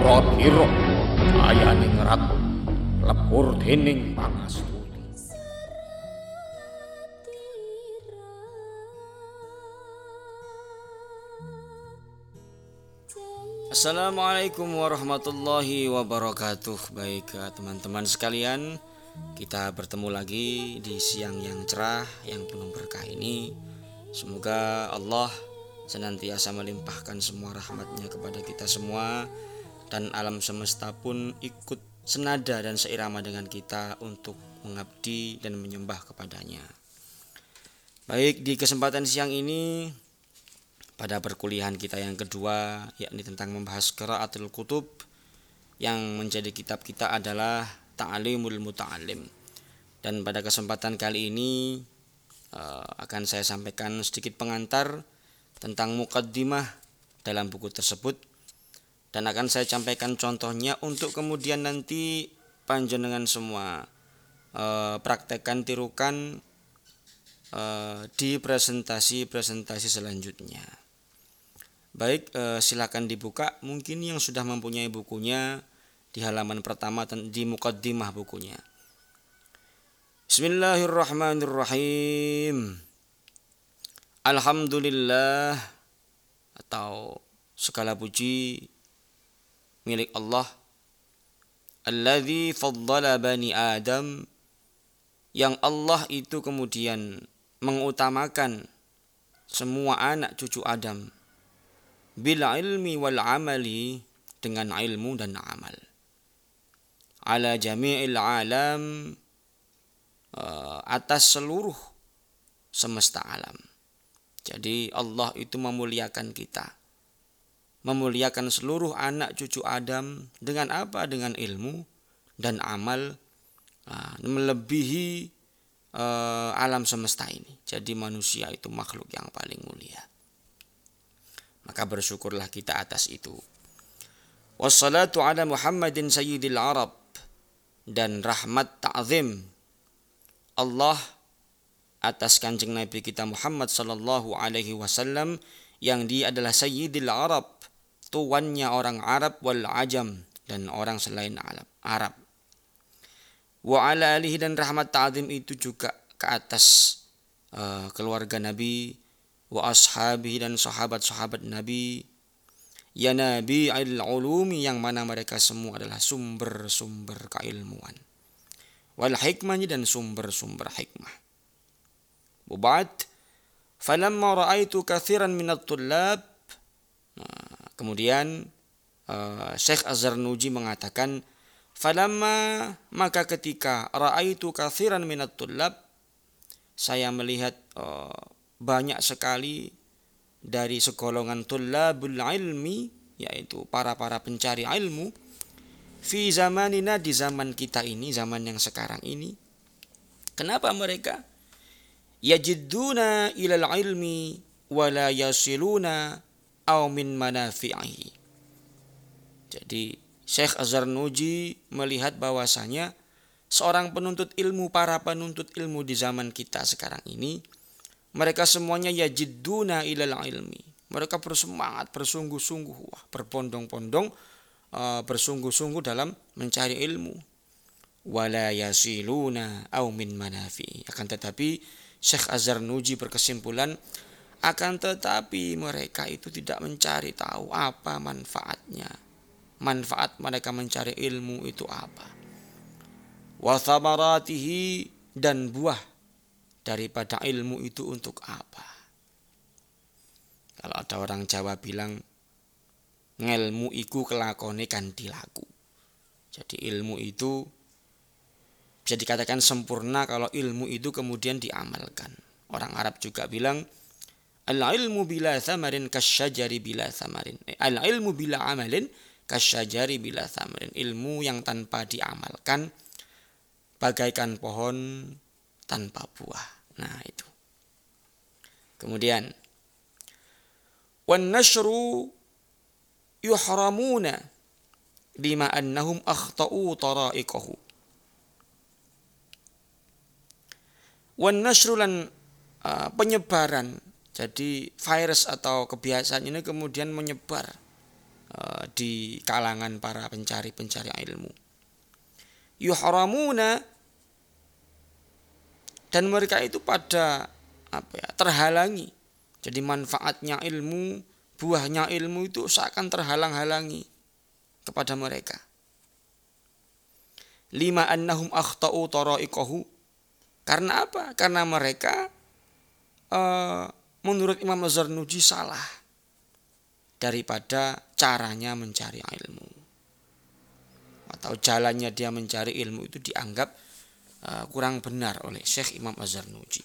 Sira-sira ayaning ratu lepur dening pangastuni. Assalamualaikum warahmatullahi wabarakatuh. Baik teman-teman sekalian, kita bertemu lagi di siang yang cerah, yang penuh berkah ini. Semoga Allah senantiasa melimpahkan semua rahmatnya kepada kita semua, dan alam semesta pun ikut senada dan seirama dengan kita untuk mengabdi dan menyembah kepadanya. Baik, di kesempatan siang ini pada perkuliahan kita yang kedua, yakni tentang membahas qiraatul kutub, yang menjadi kitab kita adalah Ta'limul Muta'allim. Dan pada kesempatan kali ini akan saya sampaikan sedikit pengantar tentang muqaddimah dalam buku tersebut, dan akan saya sampaikan contohnya untuk kemudian nanti panjenengan semua praktekkan, tirukan di presentasi selanjutnya. Baik, silakan dibuka. Mungkin yang sudah mempunyai bukunya di halaman pertama di muqaddimah bukunya. Bismillahirrahmanirrahim. Alhamdulillah, atau segala puji milik Allah. Alladzi faddala bani Adam, yang Allah itu kemudian mengutamakan semua anak cucu Adam bil ilmi wal amali, dengan ilmu dan amal, ala jami'il alam, atas seluruh semesta alam. Jadi Allah itu memuliakan kita, memuliakan seluruh anak cucu Adam dengan apa? Dengan ilmu dan amal, melebihi alam semesta ini. Jadi manusia itu makhluk yang paling mulia. Maka bersyukurlah kita atas itu. Wassalatu ala Muhammadin sayyidil Arab, dan rahmat ta'zim Allah atas kanjeng Nabi kita Muhammad sallallahu alaihi wasallam, yang dia adalah sayyidil Arab, tuannya orang Arab, wal ajam, dan orang selain Arab. Wa ala alihi, dan rahmat ta'zim itu juga ke atas keluarga Nabi, wa ashabihi, dan sahabat-sahabat Nabi, ya nabi al-ulumi, yang mana mereka semua adalah sumber-sumber keilmuan, wal hikmah, dan sumber-sumber hikmah. Ba'd, falamma ra'aitu katsiran minat tullab, kemudian Syekh Az-Zarnuji mengatakan, falamma, maka ketika, ra'aitu katsiran minat tullab, saya melihat banyak sekali dari segolongan tullabul ilmi, yaitu para pencari ilmu, fi zamanina, di zaman kita ini, zaman yang sekarang ini. Kenapa mereka? Yajidduna ilal ilmi wala yasiluna aw min manafi'ihi. Jadi Syekh Az-Zarnuji melihat bahwasanya seorang penuntut ilmu, para penuntut ilmu di zaman kita sekarang ini, mereka semuanya yajidduna ilal ilmi. Mereka bersemangat, bersungguh-sungguh, berbondong-bondong, bersungguh-sungguh dalam mencari ilmu. Wala yasiluna aw min manafi. Akan tetapi Syekh Az-Zarnuji berkesimpulan, akan tetapi mereka itu tidak mencari tahu apa manfaatnya. Manfaat mereka mencari ilmu itu apa? Wa thamaratihi, dan buah daripada ilmu itu untuk apa? Kalau ada orang Jawa bilang, ngelmu iku kelakone kan dilaku. Jadi ilmu itu bisa dikatakan sempurna kalau ilmu itu kemudian diamalkan. Orang Arab juga bilang, al-ilmu bila thamarin kasyajari bila thamarin. Al-ilmu bila amalin kasyajari bila thamarin. Ilmu yang tanpa diamalkan bagaikan pohon tanpa buah. Nah itu. Kemudian, wan nashru yuhramuna bima annahum akhta'u tara'iqahu. Wan nashru, lan penyebaran. Jadi virus atau kebiasaan ini kemudian menyebar di kalangan para pencari ilmu. Yuhramuna, dan mereka itu pada terhalangi. Jadi manfaatnya ilmu, buahnya ilmu itu seakan terhalang-halangi kepada mereka. Lima annahum akhta'u tara'iqahu. Karena apa? Karena mereka menurut Imam Az-Zarnuji salah daripada caranya mencari ilmu. Atau jalannya dia mencari ilmu itu dianggap kurang benar oleh Syekh Imam Az-Zarnuji.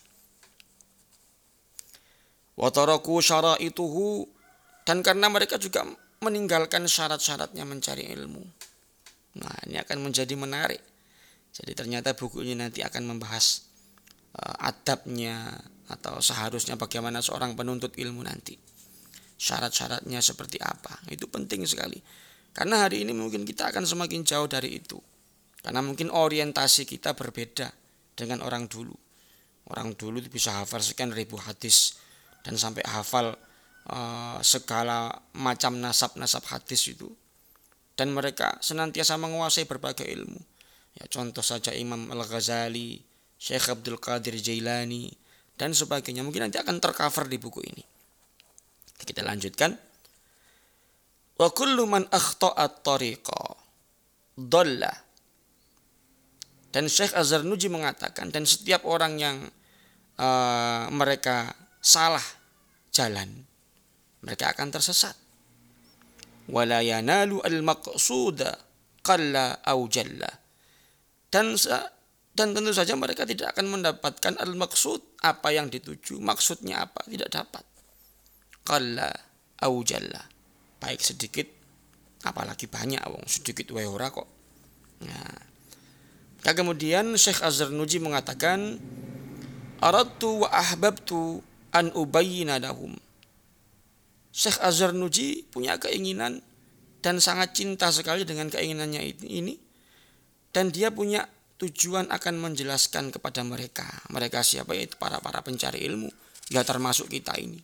Wa taraku syara'ituhu, dan karena mereka juga meninggalkan syarat-syaratnya mencari ilmu. Nah, ini akan menjadi menarik. Jadi ternyata buku ini nanti akan membahas adabnya atau seharusnya bagaimana seorang penuntut ilmu nanti. Syarat-syaratnya seperti apa. Itu penting sekali. Karena hari ini mungkin kita akan semakin jauh dari itu. Karena mungkin orientasi kita berbeda dengan orang dulu. Orang dulu itu bisa hafal sekian ribu hadis dan sampai hafal segala macam nasab-nasab hadis itu. Dan mereka senantiasa menguasai berbagai ilmu. Ya, contoh saja Imam Al-Ghazali, Syekh Abdul Qadir Jailani, dan sebagainya. Mungkin nanti akan tercover di buku ini. Kita lanjutkan. Wa kullu man akhta'a at-tariqa dhalla. Dan Syekh Az-Zarnuji mengatakan, dan setiap orang yang mereka salah jalan, mereka akan tersesat. Wala yanalu al-maqsuda qalla aw jalla. Dan tentu saja mereka tidak akan mendapatkan al-maqsud, apa yang dituju, maksudnya apa, tidak dapat. Qalla aw jalla, baik sedikit apalagi banyak, sedikit wae ora kok. Nah, kemudian Syekh Az-Zarnuji mengatakan, aradtu wa ahbabtu an ubayyina lahum. Syekh Az-Zarnuji punya keinginan dan sangat cinta sekali dengan keinginannya ini, dan dia punya tujuan akan menjelaskan kepada mereka. Mereka siapa? Itu para pencari ilmu, ya termasuk kita ini.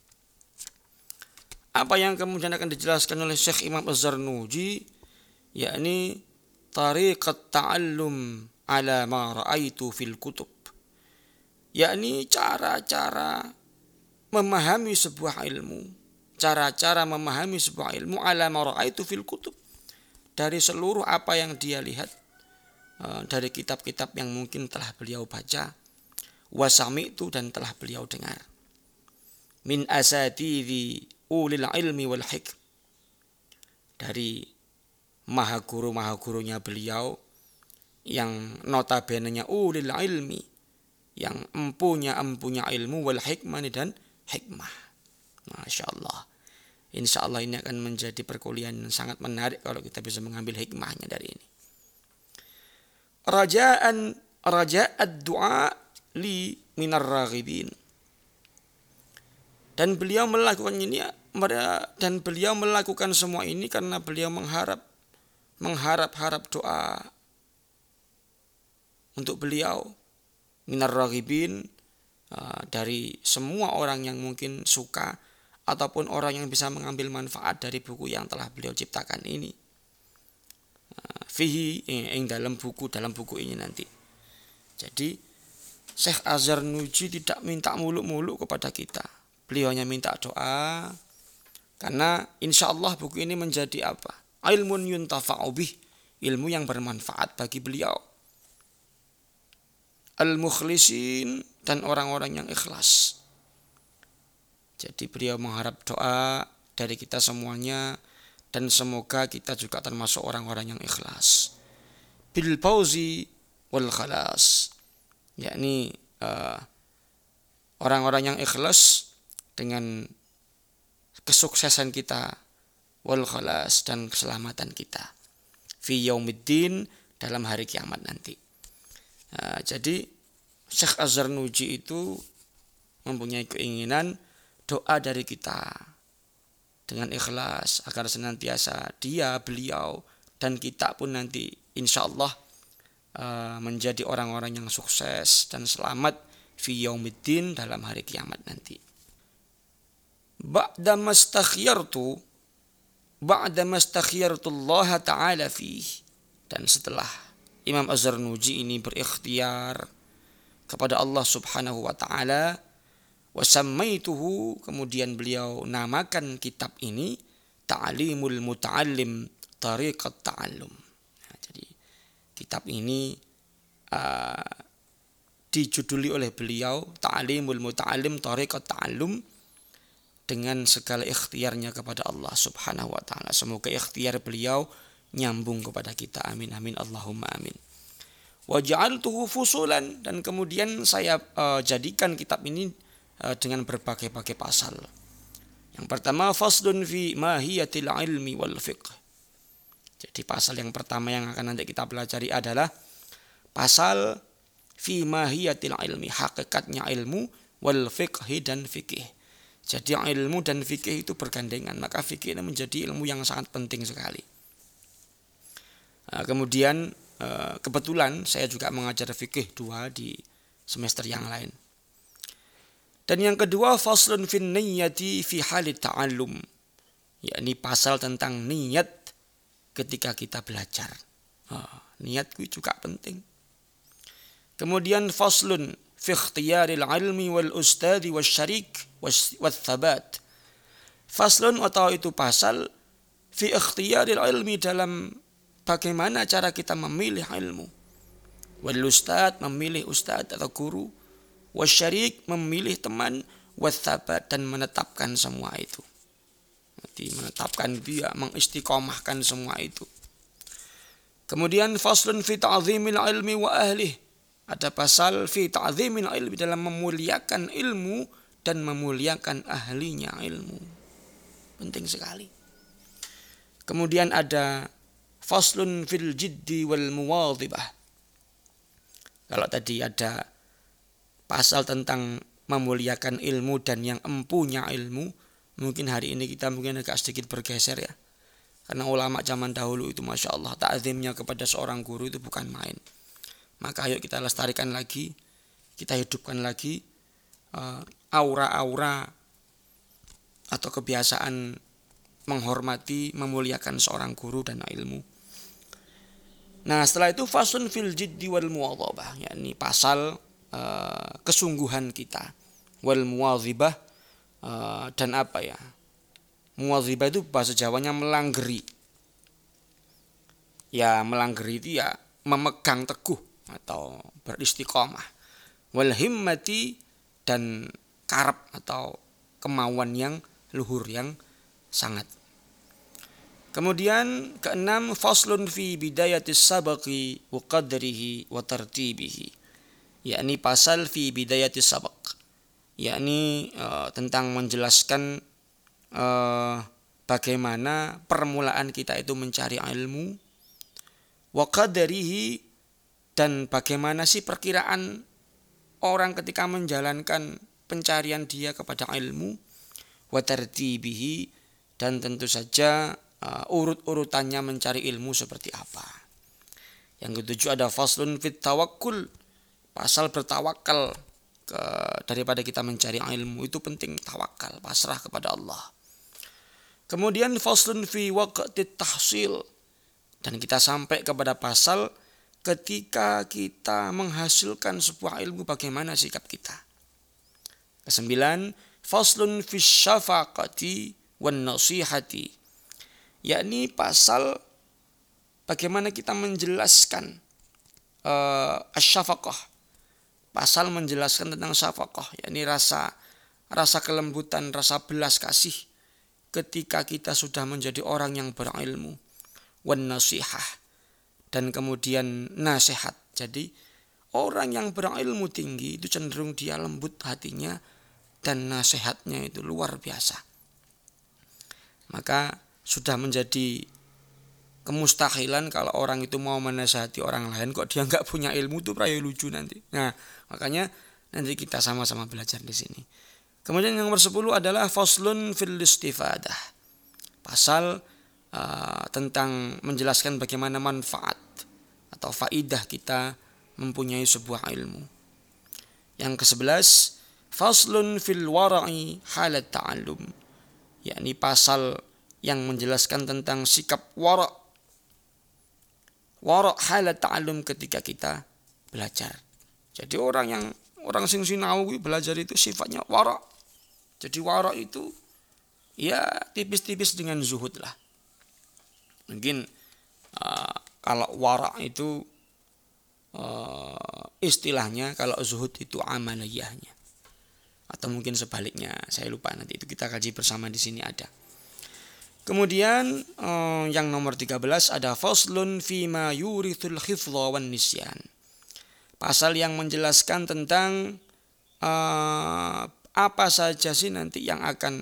Apa yang kemudian akan dijelaskan oleh Syekh Imam Az-Zarnuji, yakni tariqat ta'allum ala ma ra'aitu fil kutub, yakni cara-cara memahami sebuah ilmu, cara-cara memahami sebuah ilmu ala ma ra'aitu fil kutub, dari seluruh apa yang dia lihat dari kitab-kitab yang mungkin telah beliau baca, wasami'tu, dan telah beliau dengar, min asatidhi ulil ilmi wal hikm, dari maha guru-maha beliau yang notabene-nya ulil ilmi, yang empunya ilmu, wal hikmah, dan hikmah. Masya Allah. Insya Allah ini akan menjadi perkuliahan yang sangat menarik kalau kita bisa mengambil hikmahnya dari ini. Raja'ad du'a li minar raghibin. Dan beliau melakukan ini, dan beliau melakukan semua ini karena beliau mengharap doa untuk beliau minar raghibin, dari semua orang yang mungkin suka ataupun orang yang bisa mengambil manfaat dari buku yang telah beliau ciptakan ini. Fihi, dalam buku ini nanti. Jadi Syekh Az-Zarnuji tidak minta muluk-muluk kepada kita. Beliau hanya minta doa, karena insya Allah buku ini menjadi apa? Ilmun yuntafa'u bih, ilmu yang bermanfaat bagi beliau. Al-mukhlisin, dan orang-orang yang ikhlas. Jadi beliau mengharap doa dari kita semuanya, dan semoga kita juga termasuk orang-orang yang ikhlas. Bil fauzi wal khalas, yakni orang-orang yang ikhlas dengan kesuksesan kita, wal khalas, dan keselamatan kita, fi yaumiddin, dalam hari kiamat nanti. Jadi Syekh Az-Zarnuji itu mempunyai keinginan doa dari kita dengan ikhlas agar senantiasa beliau dan kita pun nanti insya Allah menjadi orang-orang yang sukses dan selamat fi yaumiddin, dalam hari kiamat nanti. Ba'da mastakhyartu, ba'da mastakhyartullah ta'ala fihi. Dan setelah Imam Az-Zarnuji ini berikhtiar kepada Allah Subhanahu wa taala, wa sammaituhu, kemudian beliau namakan kitab ini Ta'limul Muta'allim Tariqat Ta'allum. Nah, jadi kitab ini dijuduli oleh beliau Ta'limul Muta'allim Tariqat Ta'allum, dengan segala ikhtiarnya kepada Allah Subhanahu wa taala. Semoga ikhtiar beliau nyambung kepada kita. Amin amin Allahumma amin. Wa ja'altuhu fusulan, dan kemudian saya jadikan kitab ini dengan berbagai-bagai pasal. Yang pertama, faslun fi mahiyatil ilmi wal fiqh. Jadi pasal yang pertama yang akan nanti kita pelajari adalah pasal fi mahiyatil ilmi, hakikatnya ilmu, wal fiqhi, dan fikih. Jadi ilmu dan fikih itu bergandengan, maka fikih ini menjadi ilmu yang sangat penting sekali. Kemudian kebetulan saya juga mengajar fikih 2 di semester yang lain. Dan yang kedua, faslun fin niyyati fi halit ta'allum, yakni pasal tentang niat ketika kita belajar. Niat itu juga penting. Kemudian faslun fi ikhtiyaril ilmi wal ustadi wal syarik wal thabat. Faslun atau itu pasal fi ikhtiyaril ilmi, dalam bagaimana cara kita memilih ilmu. Wal ustad, memilih ustad atau guru. Wal syarik, memilih teman. Wal thabat, dan menetapkan semua itu. Jadi menetapkan dia, mengistiqomahkan semua itu. Kemudian faslun fi ta'zimil ilmi wa ahlih. Ada pasal fi ta'zimil ilmi, dalam memuliakan ilmu dan memuliakan ahlinya ilmu. Penting sekali. Kemudian ada faslun fil jiddi wal muwadhibah. Kalau tadi ada pasal tentang memuliakan ilmu dan yang empunya ilmu, mungkin hari ini kita mungkin agak sedikit bergeser ya. Karena ulama zaman dahulu itu Masya Allah, ta'zimnya kepada seorang guru itu bukan main. Maka ayo kita lestarikan lagi, kita hidupkan lagi aura-aura atau kebiasaan menghormati, memuliakan seorang guru dan ilmu. Nah, setelah itu fasun fil jiddi wal muwadhabah, yakni pasal kesungguhan kita, wal muwadhibah, dan apa ya? Muwadhibah itu bahasa Jawanya melanggeri. Ya, melanggeri itu ya memegang teguh atau beristiqomah. Wal himmati, dan karep atau kemauan yang luhur, yang sangat. Kemudian keenam, faslun fi bidayatis sabaqi wa qadrihi wa tartibihi, yakni pasal fi bidayatis sabaq, yakni tentang menjelaskan bagaimana permulaan kita itu mencari ilmu, wa qadrihi, dan bagaimana sih perkiraan orang ketika menjalankan pencarian dia kepada ilmu, wa tartibihi, dan tentu saja urut-urutannya mencari ilmu seperti apa. Yang ketujuh ada faslun fit tawakkul, pasal bertawakal daripada kita mencari ilmu. Itu penting, tawakal, pasrah kepada Allah. Kemudian faslun fi waqtit tahsil, dan kita sampai kepada pasal ketika kita menghasilkan sebuah ilmu, bagaimana sikap kita. Kesembilan, faslun fi syafaqati wan nasihati, yakni pasal bagaimana kita menjelaskan asyafaqah, pasal menjelaskan tentang syafaqah, yakni rasa kelembutan, rasa belas kasih ketika kita sudah menjadi orang yang berilmu. Wan nasihah, dan kemudian nasihat. Jadi orang yang berilmu tinggi itu cenderung dia lembut hatinya dan nasihatnya itu luar biasa. Maka sudah menjadi kemustahilan kalau orang itu mau menasihati orang lain kok dia nggak punya ilmu, itu prayo lucu nanti. Nah, makanya nanti kita sama-sama belajar di sini. Kemudian yang nomor 10 adalah faslun fil istifadah, pasal tentang menjelaskan bagaimana manfaat atau faidah kita mempunyai sebuah ilmu. Yang ke-11, faslun fil wara'i halat ta'allum, yakni pasal yang menjelaskan tentang sikap wara' halat ta'allum ketika kita belajar. Jadi orang sing sinau belajar itu sifatnya wara'. Jadi wara' itu ya tipis-tipis dengan zuhud lah. Mungkin kalau wara' itu istilahnya, kalau zuhud itu amaliyahnya. Atau mungkin sebaliknya, saya lupa, nanti itu kita kaji bersama, di sini ada. Kemudian yang nomor 13 ada faslun fima yurithul khifdha wan nisyan. Pasal yang menjelaskan tentang apa saja sih nanti yang akan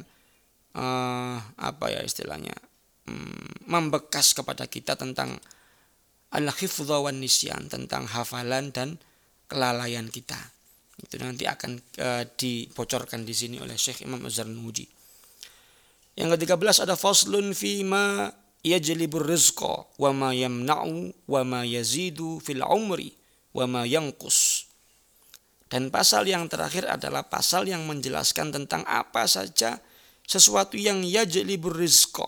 membekas kepada kita tentang al-khifdha wan nisyan, tentang hafalan dan kelalaian kita. Itu nanti akan dibocorkan di sini oleh Syekh Imam Az-Zarnuji. Yang ke-13 ada faslun fima yajlibur rizqa wa ma yamna'u wa ma yazidu fil umri wa ma yanqus. Dan pasal yang terakhir adalah pasal yang menjelaskan tentang apa saja sesuatu yang yajlibur rizqa.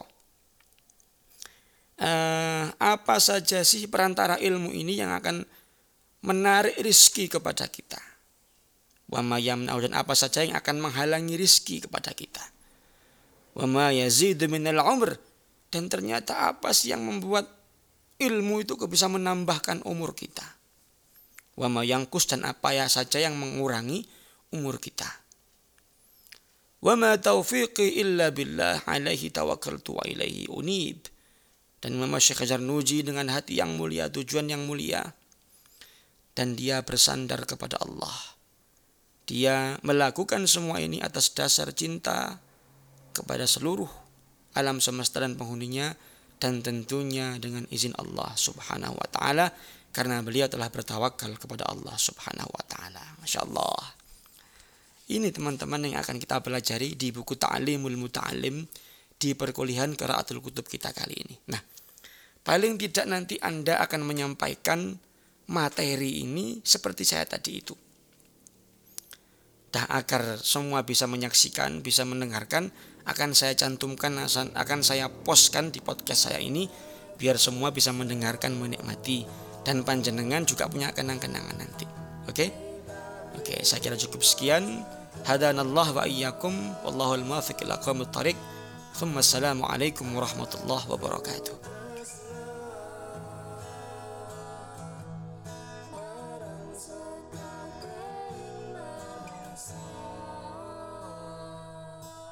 Apa saja sih perantara ilmu ini yang akan menarik rizki kepada kita. Wa ma yamna'u, dan apa saja yang akan menghalangi rizki kepada kita. Wa ma yazidu minal umr, dan ternyata apa sih yang membuat ilmu itu bisa menambahkan umur kita. Wa ma yanqus, dan apa ya saja yang mengurangi umur kita. Wa ma taufiqi illa billah alaihi tawakkaltu wa ilaihi unib. Dan Imam Syekh Az-Zarnuji dengan hati yang mulia, tujuan yang mulia, dan dia bersandar kepada Allah. Dia melakukan semua ini atas dasar cinta kepada seluruh alam semesta dan penghuninya, dan tentunya dengan izin Allah Subhanahu wa taala, karena beliau telah bertawakal kepada Allah Subhanahu wa taala. Masya Allah. Ini teman-teman yang akan kita pelajari di buku Ta'limul Muta'allim di perkuliahan Qiraatul Kutub kita kali ini. Nah, paling tidak nanti Anda akan menyampaikan materi ini seperti saya tadi itu. Agar semua bisa menyaksikan, bisa mendengarkan, akan saya cantumkan, akan saya postkan di podcast saya ini, biar semua bisa mendengarkan, menikmati, dan panjenengan juga punya kenang-kenangan nanti. Oke, saya kira cukup sekian. Hadanallah wa iyyakum, wallahul muwaffiq ila aqwamit thariq. Assalamualaikum warahmatullahi wabarakatuh.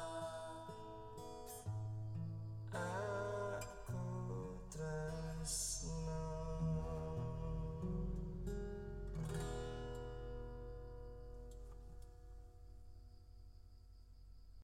Aku terasa